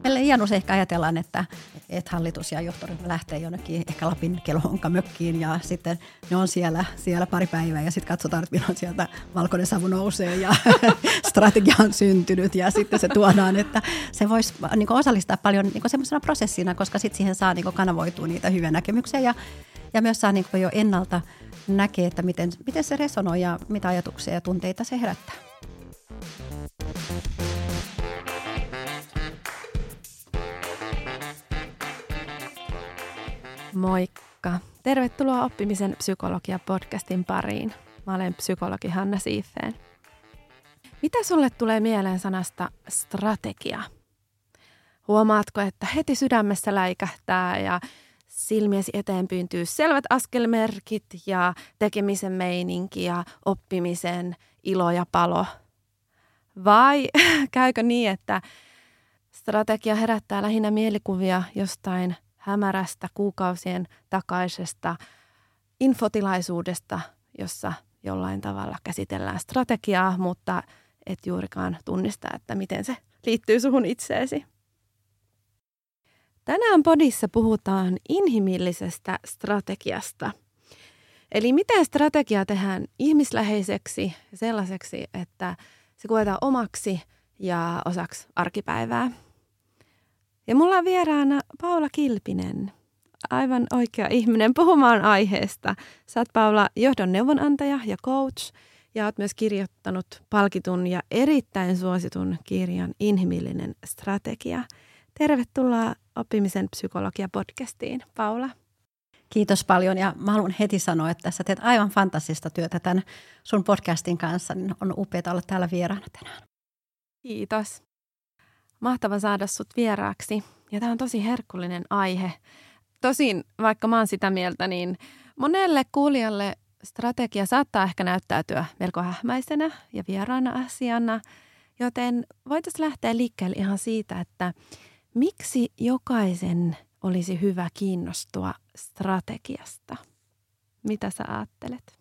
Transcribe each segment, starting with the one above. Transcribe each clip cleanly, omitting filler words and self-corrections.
Meillä liian usein ehkä ajatellaan, että hallitus ja johtoryhmä lähtee jonnekin ehkä Lapin kelhonkamökkiin ja sitten ne on siellä pari päivää ja sitten katsotaan, että milloin sieltä valkoinen savu nousee ja strategia on syntynyt ja sitten se tuodaan, että se voisi niin kuin osallistaa paljon niin kuin semmoisena prosessina, koska sitten siihen saa niin kuin kanavoitua niitä hyviä näkemyksiä ja myös saa niin kuin jo ennalta näkee, että miten se resonoi ja mitä ajatuksia ja tunteita se herättää. Moikka! Tervetuloa Oppimisen psykologia-podcastin pariin. Mä olen psykologi Hanna Siiffeen. Mitä sulle tulee mieleen sanasta strategia? Huomaatko, että heti sydämessä läikähtää ja silmiesi eteen pyyntyy selvät askelmerkit ja tekemisen meininki ja oppimisen ilo ja palo? Vai käykö niin, että strategia herättää lähinnä mielikuvia jostain hämärästä kuukausien takaisesta infotilaisuudesta, jossa jollain tavalla käsitellään strategiaa, mutta et juurikaan tunnista, että miten se liittyy suhun itseesi. Tänään podissa puhutaan inhimillisestä strategiasta. Eli miten strategia tehdään ihmisläheiseksi ja sellaiseksi, että se koetaan omaksi ja osaksi arkipäivää. Ja mulla on vieraana Paula Kilpinen, aivan oikea ihminen puhumaan aiheesta. Sä oot, Paula, johdon neuvonantaja ja coach ja oot myös kirjoittanut palkitun ja erittäin suositun kirjan Inhimillinen strategia. Tervetuloa Oppimisen psykologia-podcastiin, Paula. Kiitos paljon ja mä haluan heti sanoa, että sä teet aivan fantastista työtä tämän sun podcastin kanssa, niin on upeaa olla täällä vieraana tänään. Kiitos. Mahtava saada sut vieraaksi ja tämä on tosi herkullinen aihe. Tosin vaikka mä oon sitä mieltä, niin monelle kuulijalle strategia saattaa ehkä näyttäytyä melko hähmäisenä ja vieraana asiana, joten voitaisiin lähteä liikkeelle ihan siitä, että miksi jokaisen olisi hyvä kiinnostua strategiasta? Mitä sä ajattelet?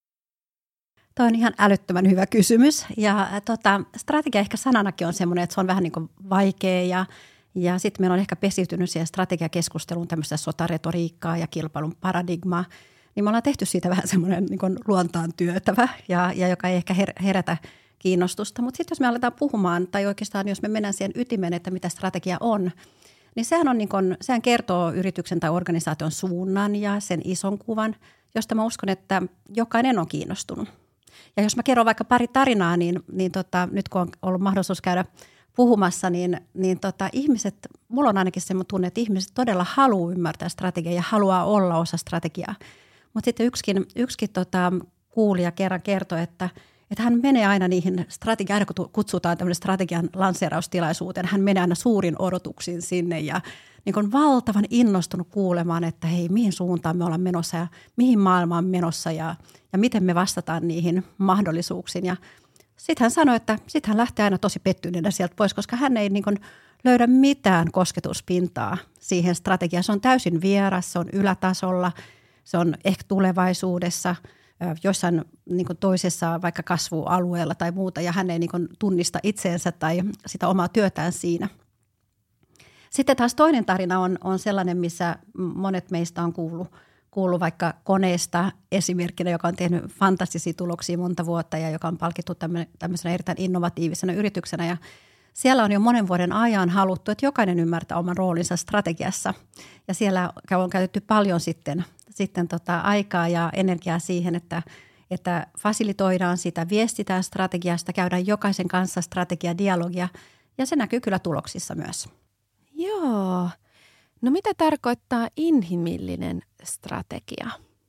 Tuo on ihan älyttömän hyvä kysymys ja strategia ehkä sananakin on semmoinen, että se on vähän niin kuin vaikea ja sitten meillä on ehkä pesiytynyt siihen strategiakeskusteluun tämmöistä sotaretoriikkaa ja kilpailun paradigmaa, niin me ollaan tehty siitä vähän semmoinen niin kuin luontaan työtävä ja joka ei ehkä herätä kiinnostusta, mutta sitten jos me aletaan puhumaan tai oikeastaan jos me mennään siihen ytimeen, että mitä strategia on, niin sehän kertoo yrityksen tai organisaation suunnan ja sen ison kuvan, josta mä uskon, että jokainen on kiinnostunut. Ja jos mä kerron vaikka pari tarinaa, niin nyt kun on ollut mahdollisuus käydä puhumassa, niin ihmiset, mulla on ainakin semmoinen tunne, että ihmiset todella haluaa ymmärtää strategiaa ja haluaa olla osa strategiaa. Mutta sitten yksikin kuulija kerran kertoi, että hän menee aina niihin aina kun kutsutaan tämmöinen strategian lanseeraustilaisuuteen, hän menee aina suurin odotuksin sinne ja niin on valtavan innostunut kuulemaan, että hei, mihin suuntaan me ollaan menossa ja mihin maailma on menossa ja miten me vastataan niihin mahdollisuuksiin. Ja sitten hän sanoi, että sitten hän lähtee aina tosi pettyneenä sieltä pois, koska hän ei niin kuin löydä mitään kosketuspintaa siihen strategiaan. Se on täysin vieras, se on ylätasolla, se on ehkä tulevaisuudessa jossain niin kuin toisessa vaikka kasvualueella tai muuta, ja hän ei niin kuin tunnista itseensä tai sitä omaa työtään siinä. Sitten taas toinen tarina on sellainen, missä monet meistä on kuullut vaikka Koneesta esimerkkinä, joka on tehnyt fantastisia tuloksia monta vuotta ja joka on palkittu tämmöisenä erittäin innovatiivisena yrityksenä. Ja siellä on jo monen vuoden ajan haluttu, että jokainen ymmärtää oman roolinsa strategiassa. Ja siellä on käytetty paljon sitten aikaa ja energiaa siihen, että fasilitoidaan sitä, viestitään strategiasta, käydään jokaisen kanssa strategiadialogia ja se näkyy kyllä tuloksissa myös. Joo. No mitä tarkoittaa inhimillinen strategia?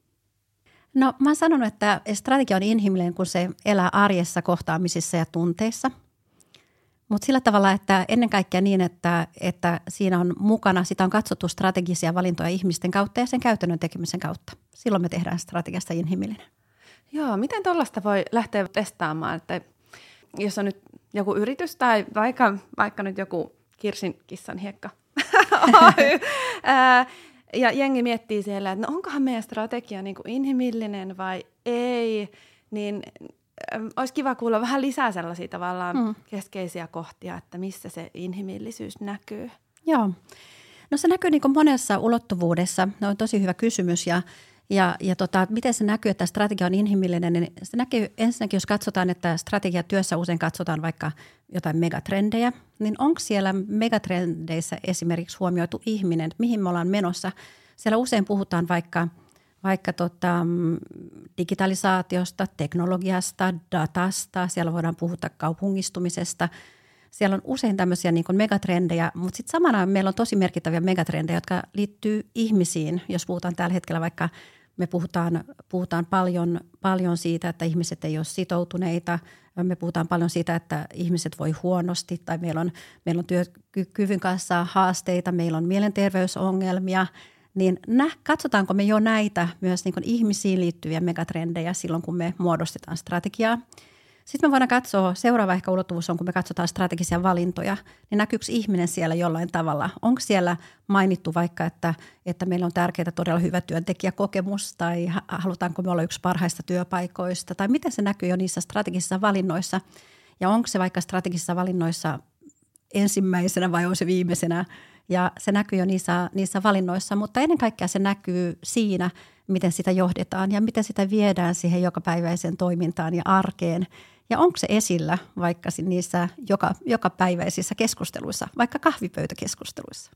No mä oon sanonut, että strategia on inhimillinen, kun se elää arjessa, kohtaamisissa ja tunteissa. Mutta sillä tavalla, että ennen kaikkea niin, että siinä on mukana, sitä on katsottu strategisia valintoja ihmisten kautta ja sen käytännön tekemisen kautta. Silloin me tehdään strategiasta inhimillinen. Joo, miten tuollaista voi lähteä testaamaan, että jos on nyt joku yritys tai vaikka nyt joku Kirsin kissan hiekka ja jengi miettii siellä, että no onkohan meidän strategia niin kuin inhimillinen vai ei, niin olisi kiva kuulla vähän lisää sellaisia tavallaan keskeisiä kohtia, että missä se inhimillisyys näkyy. Joo. No se näkyy niin kuin monessa ulottuvuudessa. No on tosi hyvä kysymys miten se näkyy, että strategia on inhimillinen, niin se näkyy ensinnäkin, jos katsotaan, että strategiatyössä usein katsotaan vaikka jotain megatrendejä, niin onko siellä megatrendeissä esimerkiksi huomioitu ihminen, mihin me ollaan menossa? Siellä usein puhutaan vaikka digitalisaatiosta, teknologiasta, datasta, siellä voidaan puhua kaupungistumisesta. Siellä on usein tämmöisiä niin kuin megatrendejä, mutta sitten samana meillä on tosi merkittäviä megatrendejä, jotka liittyy ihmisiin. Jos puhutaan tällä hetkellä vaikka, me puhutaan paljon siitä, että ihmiset ei ole sitoutuneita. Me puhutaan paljon siitä, että ihmiset voi huonosti tai meillä on työkyvyn kanssa haasteita, meillä on mielenterveysongelmia. Niin katsotaanko me jo näitä myös niin kuin ihmisiin liittyviä megatrendejä silloin, kun me muodostetaan strategiaa. Sitten me voidaan katsoa, seuraava ehkä ulottuvuus on, kun me katsotaan strategisia valintoja, niin näkyykö ihminen siellä jollain tavalla? Onko siellä mainittu vaikka, että meillä on tärkeää todella hyvä työntekijäkokemus tai halutaanko me olla yksi parhaista työpaikoista tai miten se näkyy jo niissä strategisissa valinnoissa ja onko se vaikka strategisissa valinnoissa ensimmäisenä vai on se viimeisenä ja se näkyy jo niissä valinnoissa, mutta ennen kaikkea se näkyy siinä, miten sitä johdetaan ja miten sitä viedään siihen jokapäiväiseen toimintaan ja arkeen. Ja onko se esillä vaikka niissä jokapäiväisissä keskusteluissa, vaikka kahvipöytäkeskusteluissa?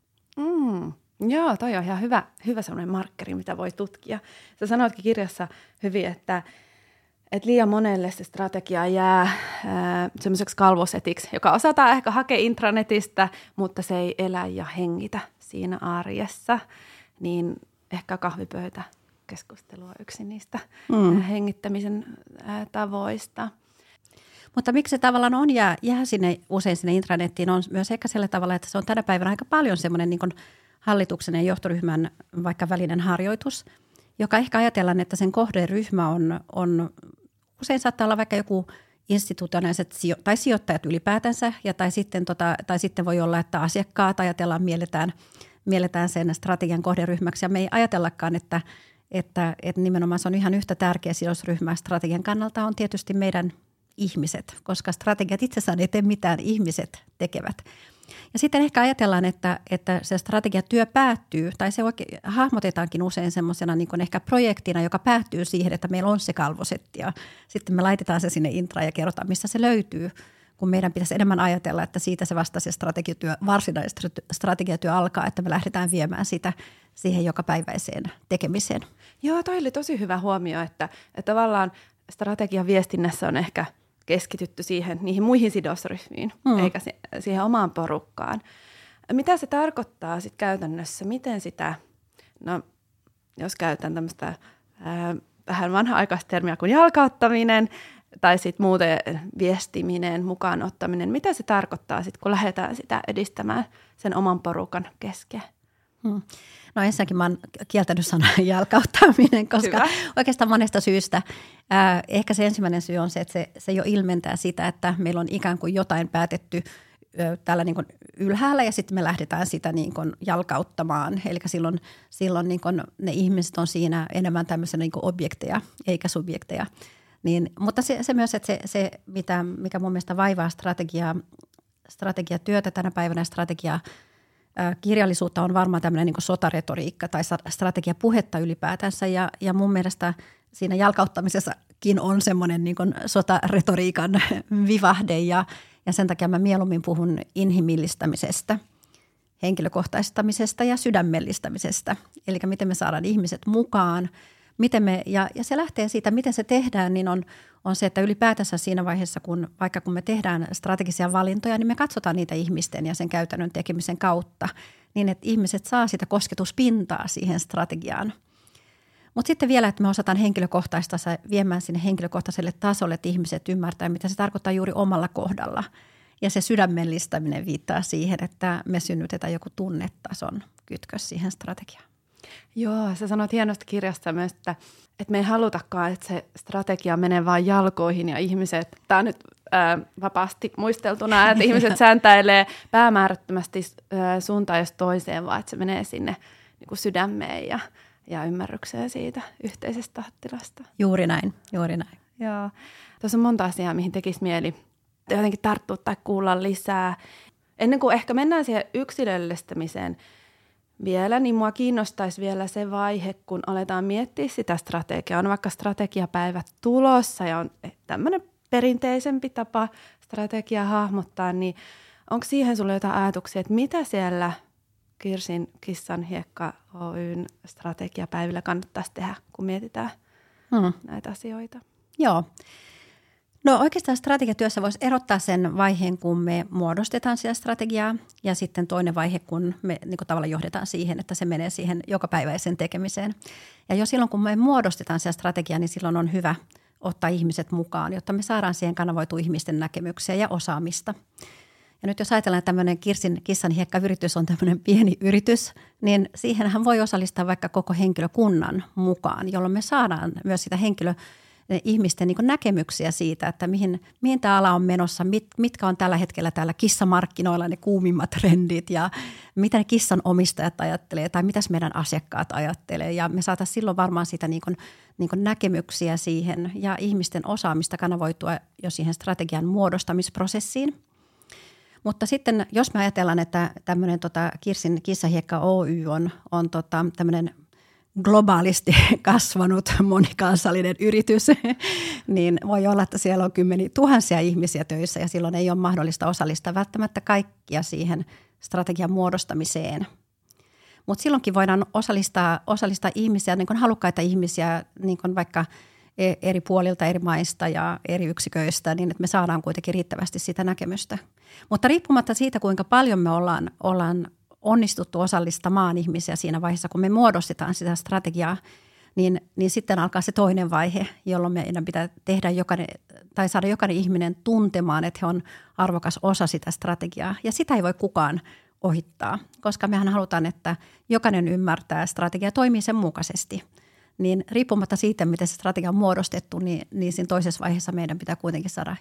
Joo, toi on ihan hyvä sellainen markkeri, mitä voi tutkia. Sä sanoitkin kirjassa hyvin, että liian monelle se strategia jää semmoiseksi kalvosetiksi, joka osataan ehkä hakea intranetistä, mutta se ei elä ja hengitä siinä arjessa. Niin ehkä kahvipöytäkeskustelu on yksi niistä hengittämisen tavoista. Mutta miksi se tavallaan on jää usein sinne intranettiin on myös ehkä sillä tavalla, että se on tänä päivänä aika paljon semmoinen niin kuin hallituksen ja johtoryhmän vaikka välinen harjoitus, joka ehkä ajatellaan, että sen kohderyhmä on usein saattaa olla vaikka joku institutionaaliset tai sijoittajat ylipäätänsä tai sitten voi olla, että asiakkaat ajatellaan, mielletään sen strategian kohderyhmäksi ja me ei ajatellakaan, että nimenomaan se on ihan yhtä tärkeä sidosryhmä strategian kannalta on tietysti meidän ihmiset, koska strategiat itsessään ei tee mitään, ihmiset tekevät. Ja sitten ehkä ajatellaan, että se strategiatyö päättyy, tai se oikein hahmotetaankin usein semmoisena niin kuin ehkä projektina, joka päättyy siihen, että meillä on se kalvosetti ja sitten me laitetaan se sinne intraan ja kerrotaan, missä se löytyy, kun meidän pitäisi enemmän ajatella, että siitä se vasta se varsinainen strategiatyö alkaa, että me lähdetään viemään sitä siihen jokapäiväiseen tekemiseen. Joo, toi oli tosi hyvä huomio, että tavallaan strategian viestinnässä on ehkä keskitytty niihin muihin sidosryhmiin, eikä siihen omaan porukkaan. Mitä se tarkoittaa sitten käytännössä? Miten sitä, no jos käytän tämmöistä vähän vanha-aikaista termiä kuin jalkauttaminen tai sitten muuten viestiminen, mukaan ottaminen, mitä se tarkoittaa sitten, kun lähdetään sitä edistämään sen oman porukan kesken? No ensinnäkin mä oon kieltänyt sanan jalkauttaminen, koska hyvä. Oikeastaan monesta syystä. Ehkä se ensimmäinen syy on se, että se jo ilmentää sitä, että meillä on ikään kuin jotain päätetty täällä niin kuin ylhäällä ja sitten me lähdetään sitä niin kuin jalkauttamaan. Eli silloin niin kuin ne ihmiset on siinä enemmän tämmöisenä niin kuin objekteja eikä subjekteja. Mutta se myös, että se mikä mun mielestä vaivaa strategiatyötä tänä päivänä kirjallisuutta on varmaan tämmöinen niin kuin sotaretoriikka tai strategiapuhetta ylipäätänsä ja mun mielestä siinä jalkauttamisessakin on semmoinen niin kuin sotaretoriikan vivahde ja sen takia mä mieluummin puhun inhimillistämisestä, henkilökohtaistamisesta ja sydämellistämisestä. Eli miten me saadaan ihmiset mukaan, ja se lähtee siitä, miten se tehdään, niin on se, että ylipäätänsä siinä vaiheessa, kun me tehdään strategisia valintoja, niin me katsotaan niitä ihmisten ja sen käytännön tekemisen kautta, niin että ihmiset saa sitä kosketuspintaa siihen strategiaan. Mutta sitten vielä, että me osataan henkilökohtaista viemään sinne henkilökohtaiselle tasolle, että ihmiset ymmärtää, mitä se tarkoittaa juuri omalla kohdalla. Ja se sydämellistäminen viittaa siihen, että me synnytetään joku tunnetason kytkös siihen strategiaan. Joo, sä sanoit hienosti kirjassa myös, että me ei halutakaan, että se strategia menee vaan jalkoihin ja ihmiset, tämä on nyt vapaasti muisteltuna, että ihmiset sääntäilee päämäärättömästi suuntaan jos toiseen, vaan että se menee sinne niin kuin sydämeen ja ymmärrykseen siitä yhteisestä tahtilasta. Juuri näin. Joo. Tuossa on monta asiaa, mihin tekisi mieli jotenkin tarttua tai kuulla lisää. Ennen kuin ehkä mennään siihen yksilöllistämiseen vielä, niin mua kiinnostaisi vielä se vaihe, kun aletaan miettiä sitä strategiaa. On vaikka strategiapäivät tulossa ja on tämmöinen perinteisempi tapa strategiaa hahmottaa, niin onko siihen sulle jotain ajatuksia, että mitä siellä Kirsin Kissanhiekka Oyn strategiapäivillä kannattaisi tehdä, kun mietitään näitä asioita? Joo. No oikeastaan strategiatyössä voisi erottaa sen vaiheen, kun me muodostetaan sitä strategiaa ja sitten toinen vaihe, kun me niin kuin tavallaan johdetaan siihen, että se menee siihen jokapäiväiseen tekemiseen. Ja jo silloin, kun me muodostetaan sitä strategiaa, niin silloin on hyvä ottaa ihmiset mukaan, jotta me saadaan siihen kanavoitua ihmisten näkemyksiä ja osaamista. Ja nyt jos ajatellaan, että tämmöinen Kirsin Kissanhiekka-yritys on tämmöinen pieni yritys, niin siihenhän voi osallistaa vaikka koko henkilökunnan mukaan, jolloin me saadaan myös sitä ihmisten niin kuin näkemyksiä siitä, että mihin tämä ala on menossa, mitkä on tällä hetkellä täällä kissamarkkinoilla ne kuumimmat trendit ja mitä ne kissan omistajat ajattelee tai mitäs meidän asiakkaat ajattelee. Ja me saataisiin silloin varmaan sitä niin kuin näkemyksiä siihen ja ihmisten osaamista kanavoitua jo siihen strategian muodostamisprosessiin. Mutta sitten jos me ajatellaan, että tämmöinen Kirsin Kissanhiekka Oy on tämmöinen globaalisti kasvanut monikansallinen yritys, niin voi olla, että siellä on kymmeniä tuhansia ihmisiä töissä ja silloin ei ole mahdollista osallistaa välttämättä kaikkia siihen strategian muodostamiseen. Mutta silloinkin voidaan osallistaa ihmisiä, niin kuin halukkaita ihmisiä, niin kuin vaikka eri puolilta, eri maista ja eri yksiköistä, niin että me saadaan kuitenkin riittävästi sitä näkemystä. Mutta riippumatta siitä, kuinka paljon me ollaan onnistuttu osallistamaan ihmisiä siinä vaiheessa, kun me muodostetaan sitä strategiaa, niin sitten alkaa se toinen vaihe, jolloin meidän pitää saada jokainen ihminen tuntemaan, että he on arvokas osa sitä strategiaa. Ja sitä ei voi kukaan ohittaa, koska mehän halutaan, että jokainen ymmärtää strategia toimii sen mukaisesti. Niin riippumatta siitä, miten se strategia on muodostettu, niin siinä toisessa vaiheessa meidän pitää kuitenkin saada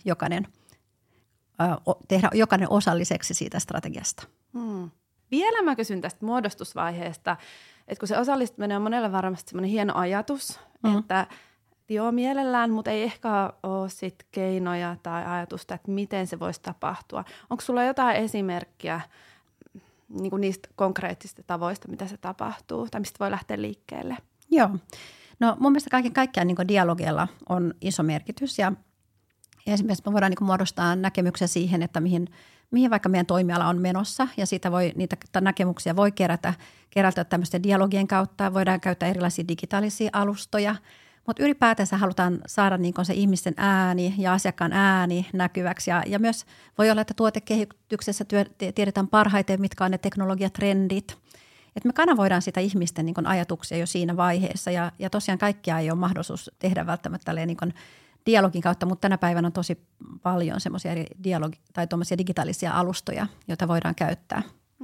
tehdä jokainen osalliseksi siitä strategiasta. Vielä mä kysyn tästä muodostusvaiheesta, että kun se osallistuminen on monelle varmasti semmoinen hieno ajatus, että joo mielellään, mutta ei ehkä ole sit keinoja tai ajatusta, että miten se voisi tapahtua. Onko sulla jotain esimerkkiä niin kuin niistä konkreettisista tavoista, mitä se tapahtuu tai mistä voi lähteä liikkeelle? Joo. No mun mielestä kaiken kaikkiaan niin kuin dialogialla on iso merkitys ja esimerkiksi me voidaan niin kuin muodostaa näkemyksiä siihen, että mihin vaikka meidän toimiala on menossa ja niitä näkemyksiä voi kerätä tämmöisten dialogien kautta. Voidaan käyttää erilaisia digitaalisia alustoja, mutta ylipäätänsä halutaan saada niin kuin se ihmisten ääni ja asiakkaan ääni näkyväksi. Ja myös voi olla, että tuotekehityksessä tiedetään parhaiten, mitkä on ne teknologiatrendit. Että me kanavoidaan sitä ihmisten niin kuin ajatuksia jo siinä vaiheessa ja tosiaan kaikkia ei ole mahdollisuus tehdä välttämättä niin kuin dialogin kautta, mutta tänä päivänä on tosi paljon semmoisia eri tai tuommoisia digitaalisia alustoja, joita voidaan käyttää.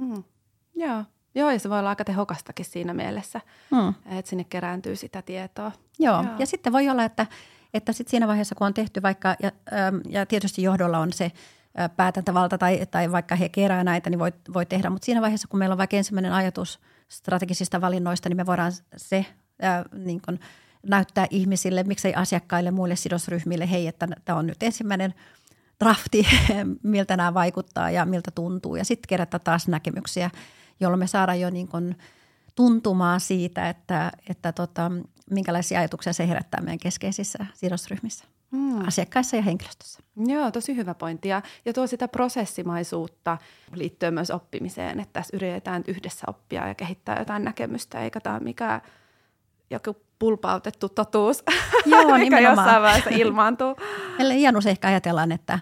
Joo, ja se voi olla aika tehokastakin siinä mielessä, että sinne kerääntyy sitä tietoa. Joo. Ja sitten voi olla, että sit siinä vaiheessa, kun on tehty vaikka, ja tietysti johdolla on se päätäntävalta tai vaikka he kerää näitä, niin voi tehdä. Mutta siinä vaiheessa, kun meillä on vaikka ensimmäinen ajatus strategisista valinnoista, niin me voidaan se niin kuin näyttää ihmisille, miksei asiakkaille, muille sidosryhmille, hei, että tämä on nyt ensimmäinen drafti, miltä nämä vaikuttaa ja miltä tuntuu. Ja sitten kerätä taas näkemyksiä, jolloin me saadaan jo niin kuin tuntumaa siitä, että minkälaisia ajatuksia se herättää meidän keskeisissä sidosryhmissä, asiakkaissa ja henkilöstössä. Joo, tosi hyvä pointti. Ja tuo sitä prosessimaisuutta liittyen myös oppimiseen, että tässä yritetään yhdessä oppia ja kehittää jotain näkemystä, eikä tämä mikään joku pulpautettu totuus, joo, mikä jossain vaiheessa ilmaantuu. Meillä liian usein ehkä ajatellaan, että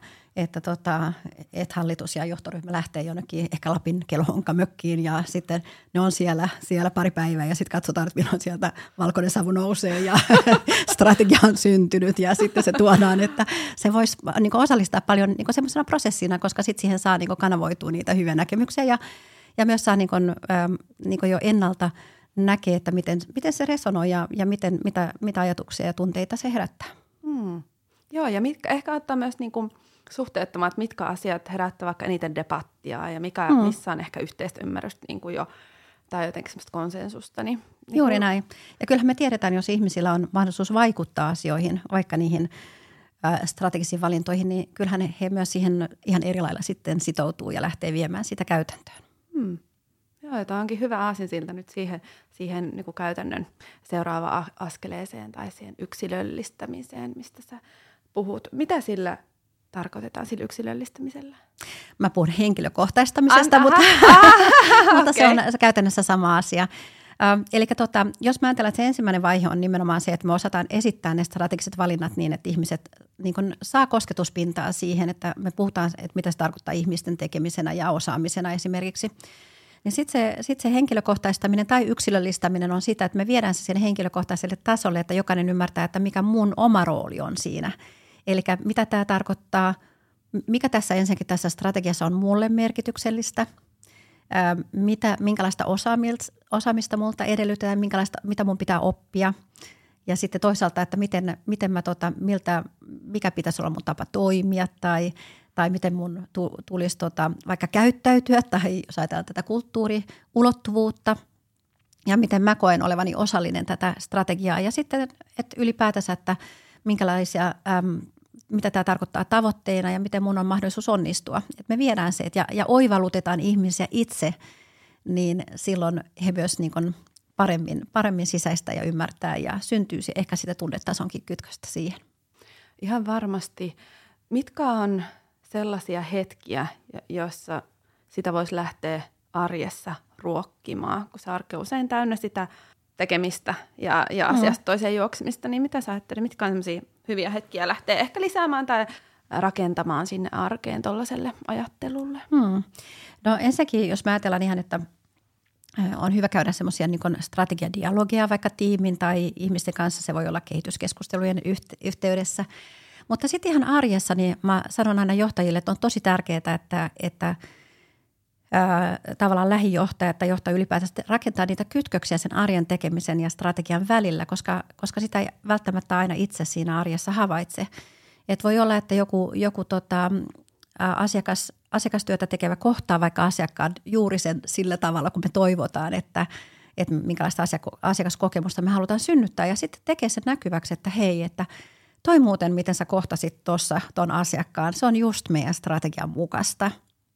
hallitus ja johtoryhmä lähtee jonnekin ehkä Lapin Kelhonkamökkiin ja sitten ne on siellä pari päivää ja sitten katsotaan, että milloin sieltä valkoinen savu nousee ja strategia on syntynyt ja sitten se tuodaan, että se voisi niin osallistaa paljon niin semmoisena prosessina, koska sitten siihen saa niin kanavoitua niitä hyviä näkemyksiä ja myös saa niin jo ennalta näkee, että miten se resonoi ja mitä ajatuksia ja tunteita se herättää. Joo, ja ehkä ottaa myös niin kuin suhteettomat, mitkä asiat herättävät vaikka eniten debattia ja missä on ehkä yhteistä ymmärrystä niin kuin jo, tai jotenkin semmoista konsensusta. Niin juuri näin. Ja kyllähän me tiedetään, jos ihmisillä on mahdollisuus vaikuttaa asioihin, vaikka niihin strategisiin valintoihin, niin kyllähän he myös siihen ihan eri lailla sitten sitoutuu ja lähtee viemään sitä käytäntöön. Joo, tämä onkin hyvä aasinsilta nyt siihen niin kuin käytännön seuraava askeleeseen tai siihen yksilöllistämiseen, mistä sä puhut. Mitä sillä tarkoitetaan sillä yksilöllistämisellä? Mä puhun henkilökohtaistamisesta, mutta Okay. se on käytännössä sama asia. Eli jos mä ajattelen, että se ensimmäinen vaihe on nimenomaan se, että me osataan esittää ne strategiset valinnat niin, että ihmiset niin kun saa kosketuspintaa siihen, että me puhutaan, että mitä se tarkoittaa ihmisten tekemisenä ja osaamisena esimerkiksi. Niin sitten se henkilökohtaistaminen tai yksilöllistäminen on sitä, että me viedään se sinne henkilökohtaiselle tasolle, että jokainen ymmärtää, että mikä mun oma rooli on siinä. Eli mitä tämä tarkoittaa, mikä tässä ensinnäkin tässä strategiassa on mulle merkityksellistä, minkälaista osaamista multa edellytetään, mitä mun pitää oppia. Ja sitten toisaalta, että mikä pitäisi olla mun tapa toimia tai miten mun tulisi vaikka käyttäytyä tai jos ajatellaan tätä kulttuuriulottuvuutta ja miten mä koen olevani osallinen tätä strategiaa. Ja sitten että ylipäätänsä, että minkälaisia, mitä tämä tarkoittaa tavoitteena ja miten mun on mahdollisuus onnistua. Että me viedään se ja oivallutetaan ihmisiä itse, niin silloin he myös niin kuin paremmin sisäistä ja ymmärtää ja syntyy ehkä sitä tunnetasonkin kytköstä siihen. Ihan varmasti. Mitkä on sellaisia hetkiä, joissa sitä voisi lähteä arjessa ruokkimaan, kun se arki on usein täynnä sitä tekemistä ja asiasta toiseen juoksemista, niin mitä sä ajattelet, mitkä on sellaisia hyviä hetkiä lähteä ehkä lisäämään tai rakentamaan sinne arkeen tuollaiselle ajattelulle? No ensinnäkin, jos mä ajatellaan ihan, että on hyvä käydä semmoisia niin kuin strategiadialogia vaikka tiimin tai ihmisten kanssa, se voi olla kehityskeskustelujen yhteydessä. Mutta sitten ihan arjessa, niin mä sanon aina johtajille, että on tosi tärkeää, että tavallaan lähijohtaja tai johtaja ylipäätään rakentaa niitä kytköksiä sen arjen tekemisen ja strategian välillä, koska sitä ei välttämättä aina itse siinä arjessa havaitse. Et voi olla, että joku asiakastyötä tekevä kohtaa vaikka asiakkaan juuri sen sillä tavalla, kun me toivotaan, että minkälaista asiakaskokemusta me halutaan synnyttää ja sitten tekee sen näkyväksi, että hei, että toi muuten, miten sä kohtasit tuossa ton asiakkaan, se on just meidän strategian mukaista.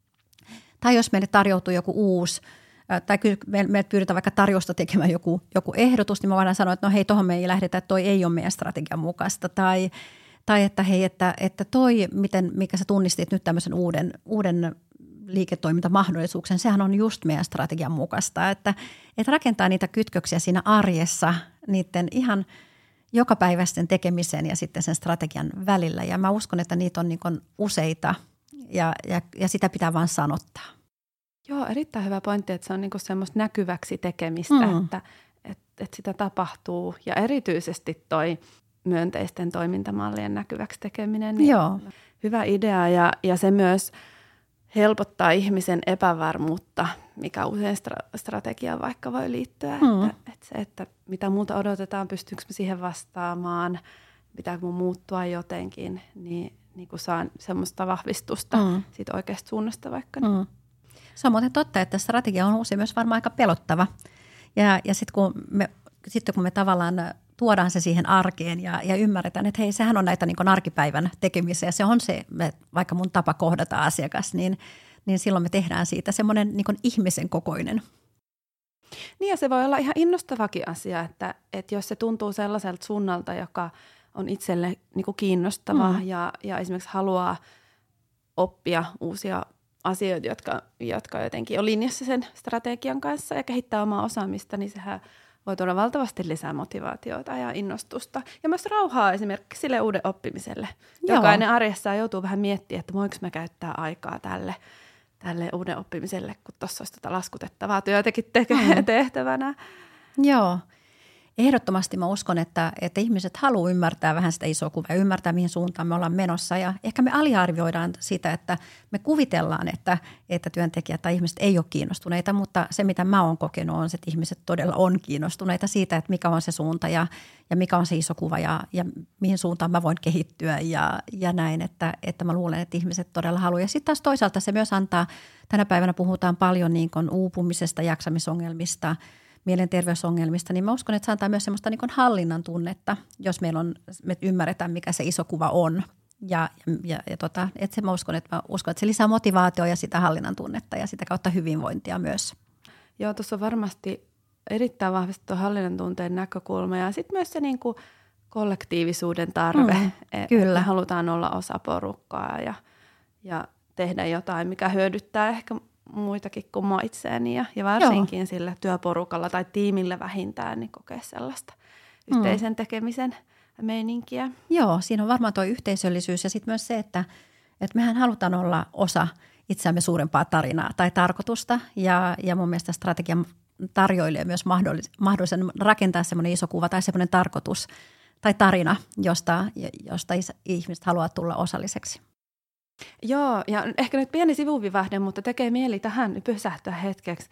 Tai jos meille tarjoutuu joku uusi, tai kyllä me pyydetään vaikka tarjousta tekemään joku ehdotus, niin mä voidaan sanoa, että no hei, tohon me ei lähdetä, että toi ei ole meidän strategian mukaista. Tai että hei, että toi, mikä sä tunnistit nyt tämmöisen uuden liiketoimintamahdollisuuksen, sehän on just meidän strategian mukaista. Että rakentaa niitä kytköksiä siinä arjessa niiden ihan jokapäiväisten tekemisen ja sitten sen strategian välillä. Ja mä uskon, että niitä on niin kuin useita ja sitä pitää vaan sanottaa. Joo, erittäin hyvä pointti, että se on niin kuin semmoista näkyväksi tekemistä, että sitä tapahtuu. Ja erityisesti toi myönteisten toimintamallien näkyväksi tekeminen. Niin Joo. Hyvä idea ja se myös helpottaa ihmisen epävarmuutta, mikä usein strategiaan vaikka voi liittyä. Että mitä multa odotetaan, pystyykö mä siihen vastaamaan, pitääkö mun muuttua jotenkin, niin kun saan semmoista vahvistusta siitä oikeasta suunnasta vaikka. Se on muuten totta, että strategia on usein myös varmaan aika pelottava. Ja sitten kun me tavallaan tuodaan se siihen arkeen ja ymmärretään, että hei, sehän on näitä niin kuin arkipäivän tekemisiä. Se on se, vaikka mun tapa kohdata asiakas, niin silloin me tehdään siitä semmoinen niin kuin ihmisen kokoinen. Niin ja se voi olla ihan innostavakin asia, että jos se tuntuu sellaiselta suunnalta, joka on itselle niin kuin kiinnostava ja esimerkiksi haluaa oppia uusia asioita, jotka jotenkin on linjassa sen strategian kanssa ja kehittää omaa osaamista, niin sehän voi tuoda valtavasti lisää motivaatiota ja innostusta. Ja myös rauhaa esimerkiksi sille uuden oppimiselle. Joo. Jokainen arjessaan joutuu vähän miettimään, että voinko mä käyttää aikaa tälle uuden oppimiselle, kun tuossa olisi laskutettavaa työtäkin tehtävänä. Joo. Ehdottomasti mä uskon, että ihmiset haluaa ymmärtää vähän sitä isoa kuvaa, ymmärtää mihin suuntaan me ollaan menossa. Ja ehkä me aliarvioidaan sitä, että me kuvitellaan, että työntekijät tai ihmiset ei ole kiinnostuneita, mutta se mitä mä oon kokenut on se, että ihmiset todella on kiinnostuneita siitä, että mikä on se suunta ja mikä on se iso kuva ja mihin suuntaan mä voin kehittyä ja näin, että mä luulen, että ihmiset todella haluaa. Ja sitten taas toisaalta se myös antaa, tänä päivänä puhutaan paljon niin kuin uupumisesta, jaksamisongelmista, mielenterveysongelmista, niin mä uskon, että se antaa myös semmoista niin kuin hallinnan tunnetta, jos me ymmärretään, mikä se iso kuva on. että mä uskon, että se lisää motivaatiota ja sitä hallinnan tunnetta ja sitä kautta hyvinvointia myös. Joo, tuossa on varmasti erittäin vahvasti tuo hallinnan tunteen näkökulma ja sitten myös se niin kuin kollektiivisuuden tarve. Kyllä. Halutaan olla osa porukkaa ja tehdä jotain, mikä hyödyttää ehkä muitakin kuin mua itseäni ja varsinkin sillä työporukalla tai tiimillä vähintään niin kokea sellaista yhteisen tekemisen meininkiä. Joo, siinä on varmaan tuo yhteisöllisyys ja sitten myös se, että mehän halutaan olla osa itseämme suurempaa tarinaa tai tarkoitusta ja mun mielestä strategian tarjoilee myös mahdollisen rakentaa semmoinen iso kuva tai semmoinen tarkoitus tai tarina, josta ihmiset haluaa tulla osalliseksi. Joo, ja ehkä nyt pieni sivuvivähde, mutta tekee mieli tähän pysähtyä hetkeksi.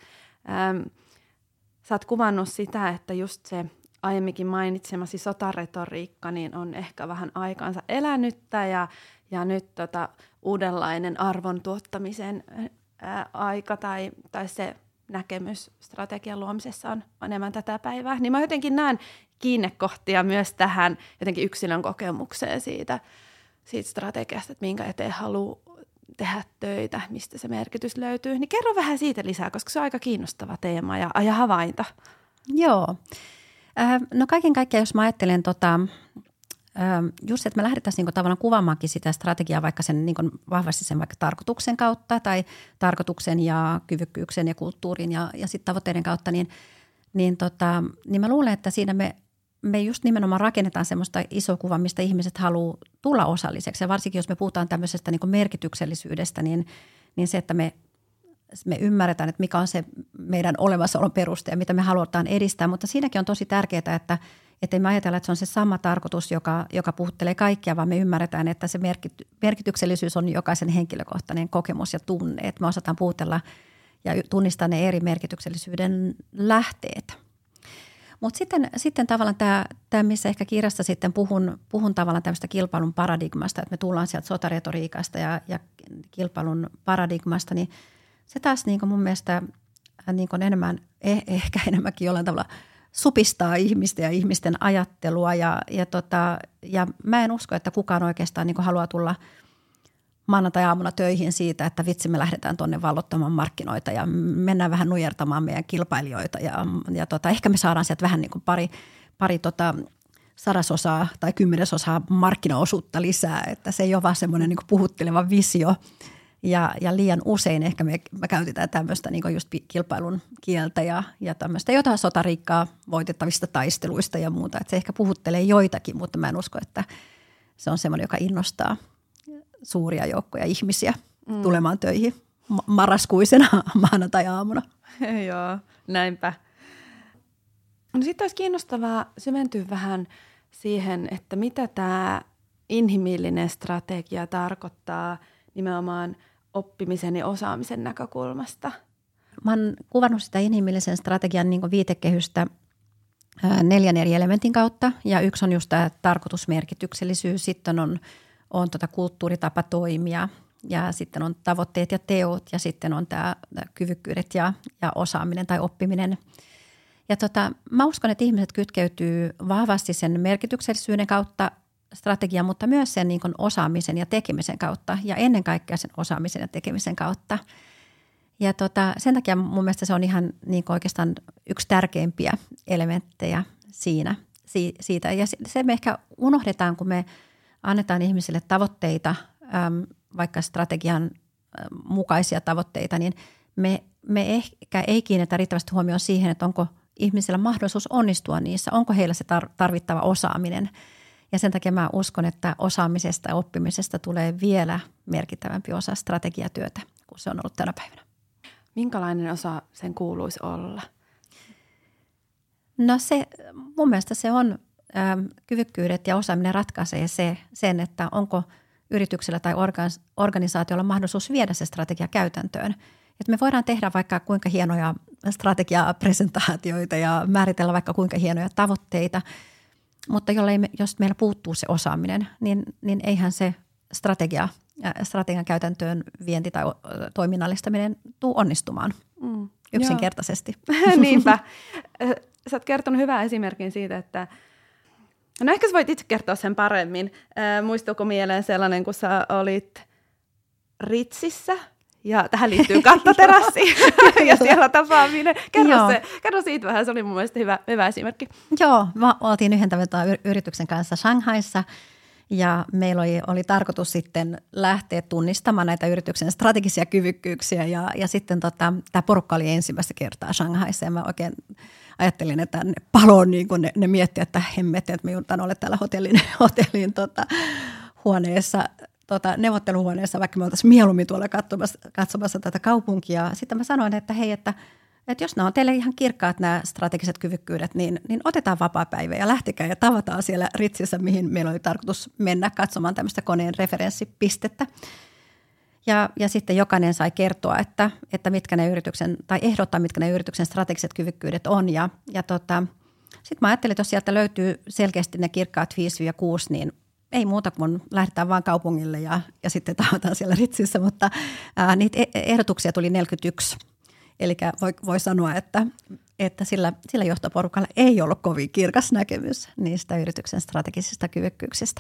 Sä oot kuvannut sitä, että just se aiemminkin mainitsemasi sotaretoriikka niin on ehkä vähän aikaansa elänyttä ja nyt uudenlainen arvon tuottamisen aika tai se näkemys strategian luomisessa on enemmän tätä päivää. Niin mä jotenkin näen kiinnekohtia myös tähän jotenkin yksilön kokemukseen siitä strategiasta, että minkä eteen haluaa tehdä töitä, mistä se merkitys löytyy. Niin kerro vähän siitä lisää, koska se on aika kiinnostava teema ja havainto. Joo. No kaiken kaikkiaan, jos mä ajattelen just, että me lähdettäisiin niin tavallaan kuvaamaankin sitä strategiaa vaikka sen niin vahvasti sen vaikka tarkoituksen kautta tai tarkoituksen ja kyvykkyyksen ja kulttuurin ja sitten tavoitteiden kautta, niin mä luulen, että siinä me just nimenomaan rakennetaan semmoista isoa kuvaa, mistä ihmiset haluaa tulla osalliseksi. Ja varsinkin, jos me puhutaan tämmöisestä niin merkityksellisyydestä, niin se, että me ymmärretään, että mikä on se meidän olemassaolon peruste ja mitä me halutaan edistää. Mutta siinäkin on tosi tärkeää, että ei me ajatella, että se on se sama tarkoitus, joka puhuttelee kaikkia, vaan me ymmärretään, että se merkityksellisyys on jokaisen henkilökohtainen kokemus ja tunne. Että me osataan puhutella ja tunnistaa ne eri merkityksellisyyden lähteet. Mutta sitten tavallaan tämä, missä ehkä kirjassa sitten puhun tavallaan tämmöistä kilpailun paradigmasta, että me tullaan sieltä sotaretoriikasta ja kilpailun paradigmasta, niin se taas niin kuin mun mielestä niin kuin ehkä enemmänkin jollain tavalla supistaa ihmistä ja ihmisten ajattelua ja mä en usko, että kukaan oikeastaan niin kuin haluaa tulla maanantai-aamuna töihin siitä, että vitsi me lähdetään tuonne vallottamaan markkinoita ja mennään vähän nujertamaan meidän kilpailijoita ja ehkä me saadaan sieltä vähän niin kuin pari sadasosaa tai kymmenesosaa markkinaosuutta lisää, että se ei ole vaan semmoinen niin kuin puhutteleva visio ja liian usein ehkä me käytetään tämmöistä niin kuin just kilpailun kieltä ja tämmöistä jotain sotariikkaa voitettavista taisteluista ja muuta, että se ehkä puhuttelee joitakin, mutta mä en usko, että se on semmoinen, joka innostaa suuria joukkoja ihmisiä tulemaan töihin marraskuisena maanantai-aamuna. Joo, näinpä. No sitten olisi kiinnostavaa syventyä vähän siihen, että mitä tämä inhimillinen strategia tarkoittaa nimenomaan oppimisen ja osaamisen näkökulmasta. Mä oon kuvannut sitä inhimillisen strategian niin kuin viitekehystä 4 eri elementin kautta ja yksi on just tämä tarkoitusmerkityksellisyys, sitten on kulttuuritapa toimia ja sitten on tavoitteet ja teot ja sitten on tämä kyvykkyydet ja osaaminen tai oppiminen. Ja mä uskon, että ihmiset kytkeytyy vahvasti sen merkityksellisyyden kautta strategiaan, mutta myös sen niin kuin osaamisen ja tekemisen kautta ja ennen kaikkea sen osaamisen ja tekemisen kautta. Ja sen takia mun mielestä se on ihan niin kuin oikeastaan yksi tärkeimpiä elementtejä siitä. Ja se me ehkä unohdetaan, kun me annetaan ihmisille tavoitteita, vaikka strategian mukaisia tavoitteita, niin me ehkä ei kiinnitä riittävästi huomioon siihen, että onko ihmisillä mahdollisuus onnistua niissä, onko heillä se tarvittava osaaminen. Ja sen takia mä uskon, että osaamisesta ja oppimisesta tulee vielä merkittävämpi osa strategiatyötä, kuin se on ollut tänä päivänä. Minkälainen osa sen kuuluisi olla? No mun mielestä se on kyvykkyydet ja osaaminen ratkaisee sen, että onko yrityksellä tai organisaatiolla mahdollisuus viedä se strategia käytäntöön. Että me voidaan tehdä vaikka kuinka hienoja strategiapresentaatioita ja määritellä vaikka kuinka hienoja tavoitteita, mutta jos meillä puuttuu se osaaminen, niin eihän se strategian käytäntöön vienti tai toiminnallistaminen tule onnistumaan yksinkertaisesti. Niinpä. Sä oot kertonut hyvän esimerkin siitä, että No ehkä sä voit itse kertoa sen paremmin. Muistuuko mieleen sellainen, kun sä olit Ritsissä ja tähän liittyy kattoterassi ja siellä tapaaminen. Kerro siitä vähän, se oli mun mielestä hyvä esimerkki. Joo, me oltiin yhden yrityksen kanssa Shanghaissa ja meillä oli tarkoitus sitten lähteä tunnistamaan näitä yrityksen strategisia kyvykkyyksiä ja sitten tämä porukka oli ensimmäistä kertaa Shanghaissa ja mä oikein ajattelin, että ne paloi niin kuin ne miettii, että hemmetti, että me joudutaan olla täällä hotellin huoneessa, neuvotteluhuoneessa, vaikka me oltaisiin mieluummin tuolla katsomassa tätä kaupunkia. Sitten mä sanoin, että hei, että jos nämä on teille ihan kirkkaat nämä strategiset kyvykkyydet, niin otetaan vapaapäivä ja lähtekää ja tavataan siellä Ritsissä, mihin meillä oli tarkoitus mennä katsomaan tämmöistä koneen referenssipistettä. Ja sitten jokainen sai kertoa, että mitkä ne yrityksen, tai ehdottaa, mitkä ne yrityksen strategiset kyvykkyydet on. Sitten mä ajattelin, että jos sieltä löytyy selkeästi ne kirkkaat 5-6, niin ei muuta kuin lähdetään vaan kaupungille ja sitten tavataan siellä Ritsissä, mutta niitä ehdotuksia tuli 41. Eli voi sanoa, että sillä johtoporukalla ei ollut kovin kirkas näkemys niistä yrityksen strategisista kyvykkyyksistä.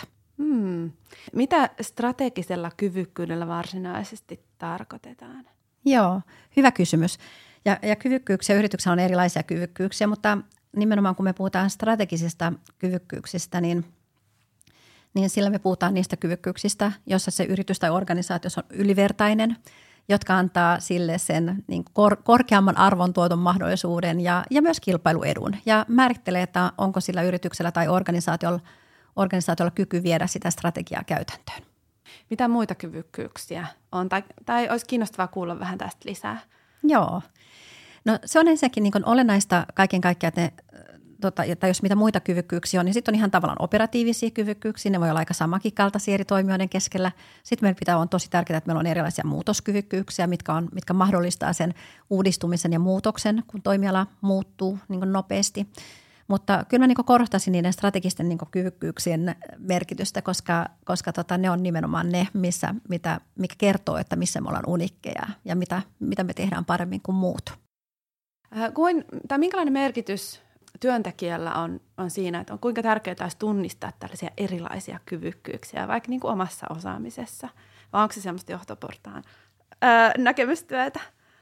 Mitä strategisella kyvykkyydellä varsinaisesti tarkoitetaan? Joo, hyvä kysymys. Ja kyvykkyyksiä, yrityksellä on erilaisia kyvykkyyksiä, mutta nimenomaan kun me puhutaan strategisista kyvykkyyksistä, niin sillä me puhutaan niistä kyvykkyyksistä, jossa se yritys tai organisaatio on ylivertainen, jotka antaa sille sen niin korkeamman arvontuoton mahdollisuuden ja myös kilpailuedun. Ja määrittelee, että onko sillä yrityksellä tai organisaatiolla kyky viedä sitä strategiaa käytäntöön. Mitä muita kyvykkyyksiä on? Tai olisi kiinnostavaa kuulla vähän tästä lisää. Joo. No se on ensinnäkin niin kuin olennaista kaiken kaikkiaan, että jos mitä muita kyvykkyyksiä on, niin sitten on ihan tavallaan operatiivisia kyvykkyyksiä. Ne voi olla aika samankin kaltaisia eri toimijoiden keskellä. Sitten meillä on tosi tärkeää, että meillä on erilaisia muutoskyvykkyyksiä, mitkä mahdollistaa sen uudistumisen ja muutoksen, kun toimiala muuttuu niin kuin nopeasti. Mutta kyllä mä niin kuin korostaisin niiden strategisten niin kuin kyvykkyyksien merkitystä, koska ne on nimenomaan ne, mikä kertoo, että missä me ollaan unikkeja ja mitä me tehdään paremmin kuin muut. Minkälainen merkitys työntekijällä on siinä, että on kuinka tärkeää olisi tunnistaa tällaisia erilaisia kyvykkyyksiä, vaikka niin kuin omassa osaamisessa? Vai onko se semmoista johtoportaan näkemystyötä?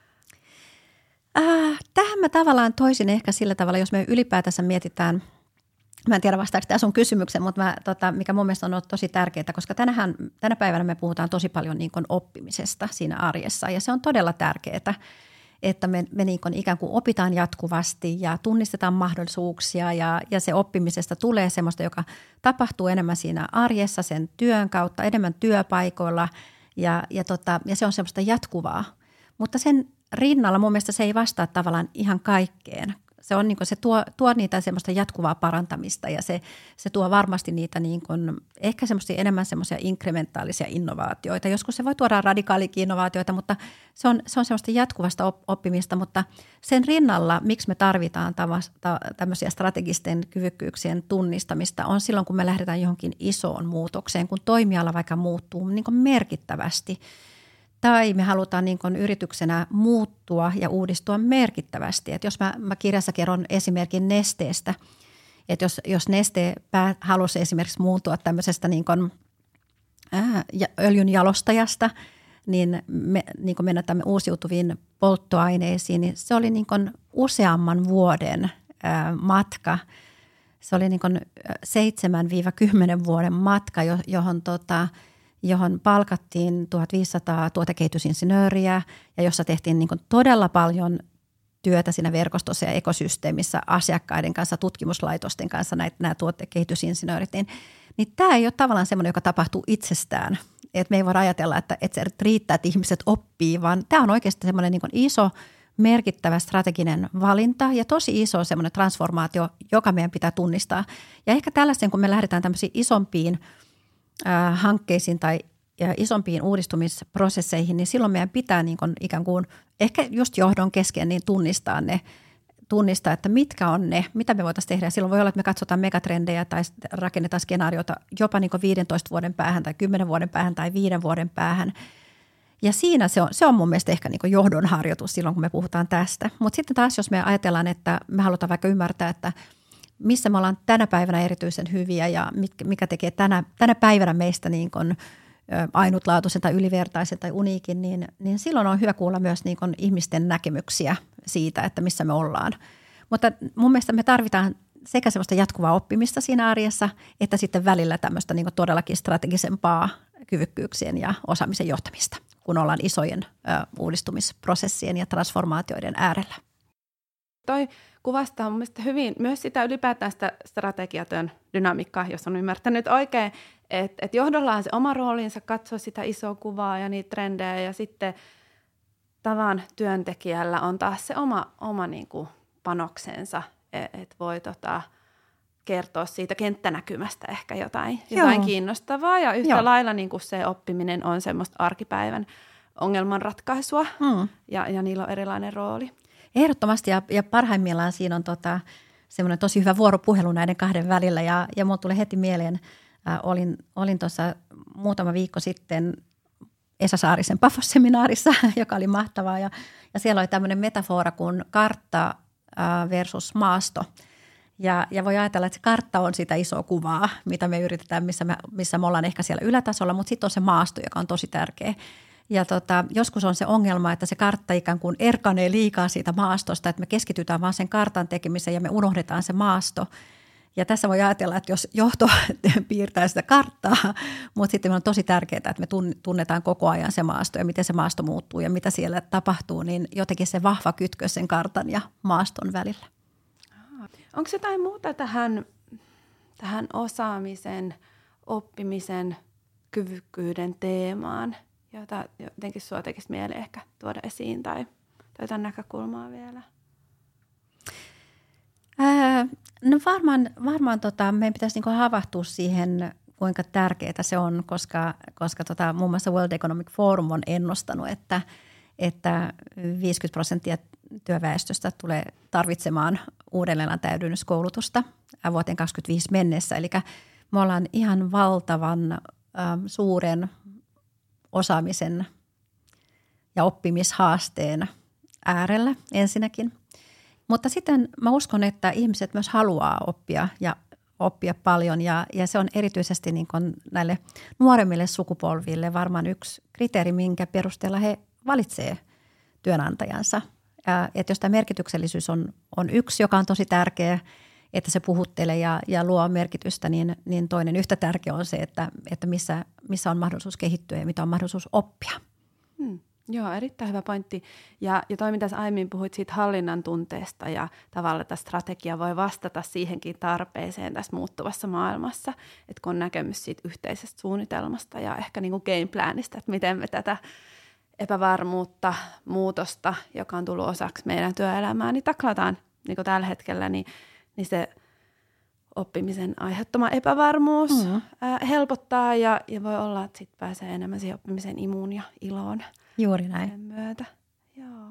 Tähän mä tavallaan toisin ehkä sillä tavalla, jos me ylipäätänsä mietitään, mä en tiedä vastaako tämä sun kysymyksen, mutta mikä mun mielestä on tosi tärkeää, koska tänä päivänä me puhutaan tosi paljon niin kuin oppimisesta siinä arjessa ja se on todella tärkeää, että me niin kuin ikään kuin opitaan jatkuvasti ja tunnistetaan mahdollisuuksia ja se oppimisesta tulee semmoista, joka tapahtuu enemmän siinä arjessa sen työn kautta, enemmän työpaikoilla ja se on semmoista jatkuvaa, mutta sen rinnalla mun mielestä se ei vastaa tavallaan ihan kaikkeen. Se on niin kuin se tuo niitä semmoista jatkuvaa parantamista ja se tuo varmasti niitä niin kuin, ehkä enemmän semmoisia inkrementaalisia innovaatioita. Joskus se voi tuoda radikaalikin innovaatioita, mutta se on semmoista jatkuvasta oppimista, mutta sen rinnalla, miksi me tarvitaan tämmöisiä strategisten kyvykkyyksien tunnistamista, on silloin, kun me lähdetään johonkin isoon muutokseen, kun toimiala vaikka muuttuu niin kuin merkittävästi. Tai me halutaan niin kuin yrityksenä muuttua ja uudistua merkittävästi. Et jos mä kirjassa kerron esimerkin Nesteestä, että jos Neste halusi esimerkiksi muuttua tämmöisestä niin kuin, öljyn jalostajasta, niin mennä tämmöinen uusiutuviin polttoaineisiin, niin se oli niin kuin useamman vuoden matka. Se oli niin kuin 7-10 vuoden matka, johon palkattiin 1500 tuotekehitysinsinööriä ja jossa tehtiin niin kuin todella paljon työtä siinä verkostossa ja ekosysteemissä asiakkaiden kanssa, tutkimuslaitosten kanssa nämä tuotekehitysinsinöörit, niin tämä ei ole tavallaan semmoinen, joka tapahtuu itsestään. Et me ei voida ajatella, että se riittää, että ihmiset oppii, vaan tämä on oikeasti semmoinen niin kuin iso, merkittävä strateginen valinta ja tosi iso semmoinen transformaatio, joka meidän pitää tunnistaa. Ja ehkä tällaisen, kun me lähdetään tämmöisiin isompiin hankkeisiin tai isompiin uudistumisprosesseihin, niin silloin meidän pitää niin kuin ikään kuin ehkä just johdon kesken niin tunnistaa, että mitkä on ne, mitä me voitaisiin tehdä. Ja silloin voi olla, että me katsotaan megatrendejä tai rakennetaan skenaarioita jopa niin kuin 15 vuoden päähän tai 10 vuoden päähän tai 5 vuoden päähän. Ja siinä se on mun mielestä ehkä niin kuin johdon harjoitus silloin, kun me puhutaan tästä. Mutta sitten taas, jos me ajatellaan, että me halutaan vaikka ymmärtää, että missä me ollaan tänä päivänä erityisen hyviä ja mikä tekee tänä päivänä meistä niin kuin ainutlaatuisen tai ylivertaisen tai uniikin, niin silloin on hyvä kuulla myös niin kuin ihmisten näkemyksiä siitä, että missä me ollaan. Mutta mun mielestä me tarvitaan sekä sellaista jatkuvaa oppimista siinä arjessa, että sitten välillä tämmöistä niin kuin todellakin strategisempaa kyvykkyyksien ja osaamisen johtamista, kun ollaan isojen uudistumisprosessien ja transformaatioiden äärellä. Toi kuvastaa mun mielestä hyvin myös sitä ylipäätään sitä strategiatyön dynamiikkaa, jos on ymmärtänyt oikein, että johdolla on se oma roolinsa, katsoa sitä isoa kuvaa ja niitä trendejä ja sitten tavan työntekijällä on taas se oma niin kuin panoksensa, että voi kertoa siitä kenttänäkymästä ehkä jotain kiinnostavaa ja yhtä lailla niin kuin se oppiminen on semmoista arkipäivän ongelmanratkaisua ja niillä on erilainen rooli. Ehdottomasti ja parhaimmillaan siinä on semmoinen tosi hyvä vuoropuhelu näiden kahden välillä ja mulla tuli heti mieleen, olin tuossa muutama viikko sitten Esa Saarisen Pafos-seminaarissa, joka oli mahtavaa ja siellä oli tämmöinen metafora kuin kartta versus maasto. Ja voi ajatella, että se kartta on sitä isoa kuvaa, mitä me yritetään, missä me ollaan ehkä siellä ylätasolla, mutta sitten on se maasto, joka on tosi tärkeä. Ja joskus on se ongelma, että se kartta ikään kuin erkanee liikaa siitä maastosta, että me keskitytään vaan sen kartan tekemiseen ja me unohdetaan se maasto. Ja tässä voi ajatella, että jos johto piirtää sitä karttaa, mutta sitten on tosi tärkeää, että me tunnetaan koko ajan se maasto ja miten se maasto muuttuu ja mitä siellä tapahtuu, niin jotenkin se vahva kytkös sen kartan ja maaston välillä. Onko jotain muuta tähän osaamisen, oppimisen, kyvykkyyden teemaan, jota jotenkin sinua tekisi mieleen ehkä tuoda esiin tai jotain näkökulmaa vielä? No varmaan meidän pitäisi niinku havahtua siihen, kuinka tärkeää se on, koska muun muassa World Economic Forum on ennustanut, että 50% työväestöstä tulee tarvitsemaan uudelleen täydennyskoulutusta vuoteen 2025 mennessä. Eli me ollaan ihan valtavan suuren osaamisen ja oppimishaasteen äärellä ensinnäkin. Mutta sitten mä uskon, että ihmiset myös haluaa oppia paljon ja se on erityisesti niin kuin näille nuoremmille sukupolville varmaan yksi kriteeri, minkä perusteella he valitsee työnantajansa. Että jos tämä merkityksellisyys on yksi, joka on tosi tärkeä, että se puhuttelee ja luo merkitystä, niin toinen yhtä tärkeä on se, että missä on mahdollisuus kehittyä ja mitä on mahdollisuus oppia. Joo, erittäin hyvä pointti. Ja toi, mitä sä aiemmin puhuit siitä hallinnan tunteesta ja tavallaan, että strategia voi vastata siihenkin tarpeeseen tässä muuttuvassa maailmassa, että kun on näkemys siitä yhteisestä suunnitelmasta ja ehkä niin kuin game planista, että miten me tätä epävarmuutta, muutosta, joka on tullut osaksi meidän työelämää, niin taklataan niin kuin tällä hetkellä, niin se oppimisen aiheuttama epävarmuus helpottaa ja voi olla, että sitten pääsee enemmän siihen oppimisen imuun ja iloon. Juuri näin. Sen myötä. Joo.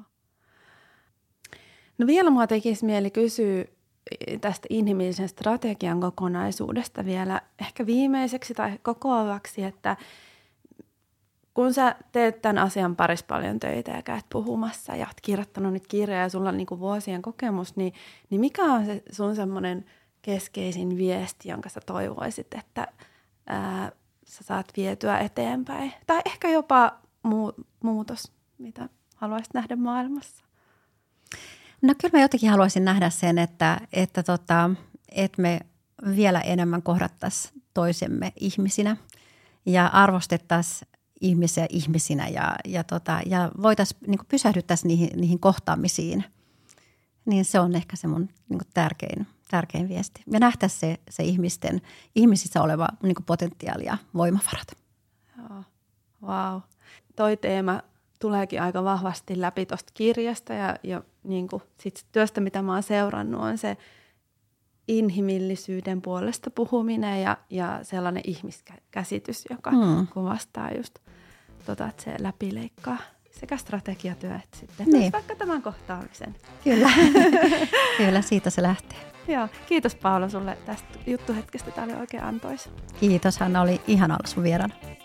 No vielä mua tekisi mieli kysyä tästä inhimillisen strategian kokonaisuudesta vielä ehkä viimeiseksi tai kokoavaksi, että kun sä teet tämän asian parissa paljon töitä ja käyt puhumassa ja oot kirjoittanut nyt kirjoja ja sulla on niin kuin vuosien kokemus, niin mikä on se sun semmoinen keskeisin viesti, jonka sä toivoisit, että sä saat vietyä eteenpäin? Tai ehkä jopa muutos, mitä haluaisit nähdä maailmassa? No kyllä mä jotenkin haluaisin nähdä sen, että me vielä enemmän kohdattaisiin toisemme ihmisinä ja arvostettaisiin ihmisiä ihmisinä ja voitaisiin niin kuin pysähdyttäisiin niihin kohtaamisiin. Niin se on ehkä se mun niin kuin tärkein viesti. Ja nähtäisiin se ihmisissä oleva niin kuin potentiaali ja voimavarat. Joo, wow. Toi teema tuleekin aika vahvasti läpi tuosta kirjasta ja niin kuin sit työstä, mitä mä oon seurannut, on se inhimillisyyden puolesta puhuminen ja sellainen ihmiskäsitys, joka kuvastaa just että se läpileikkaa sekä strategiatyö että sitten myös vaikka tämän kohtaamisen. Kyllä, kyllä siitä se lähtee. Joo, kiitos Paula sulle tästä juttuhetkestä. Tämä oli oikein antoisa. Kiitos Hanna, oli ihana olla sun vieraana.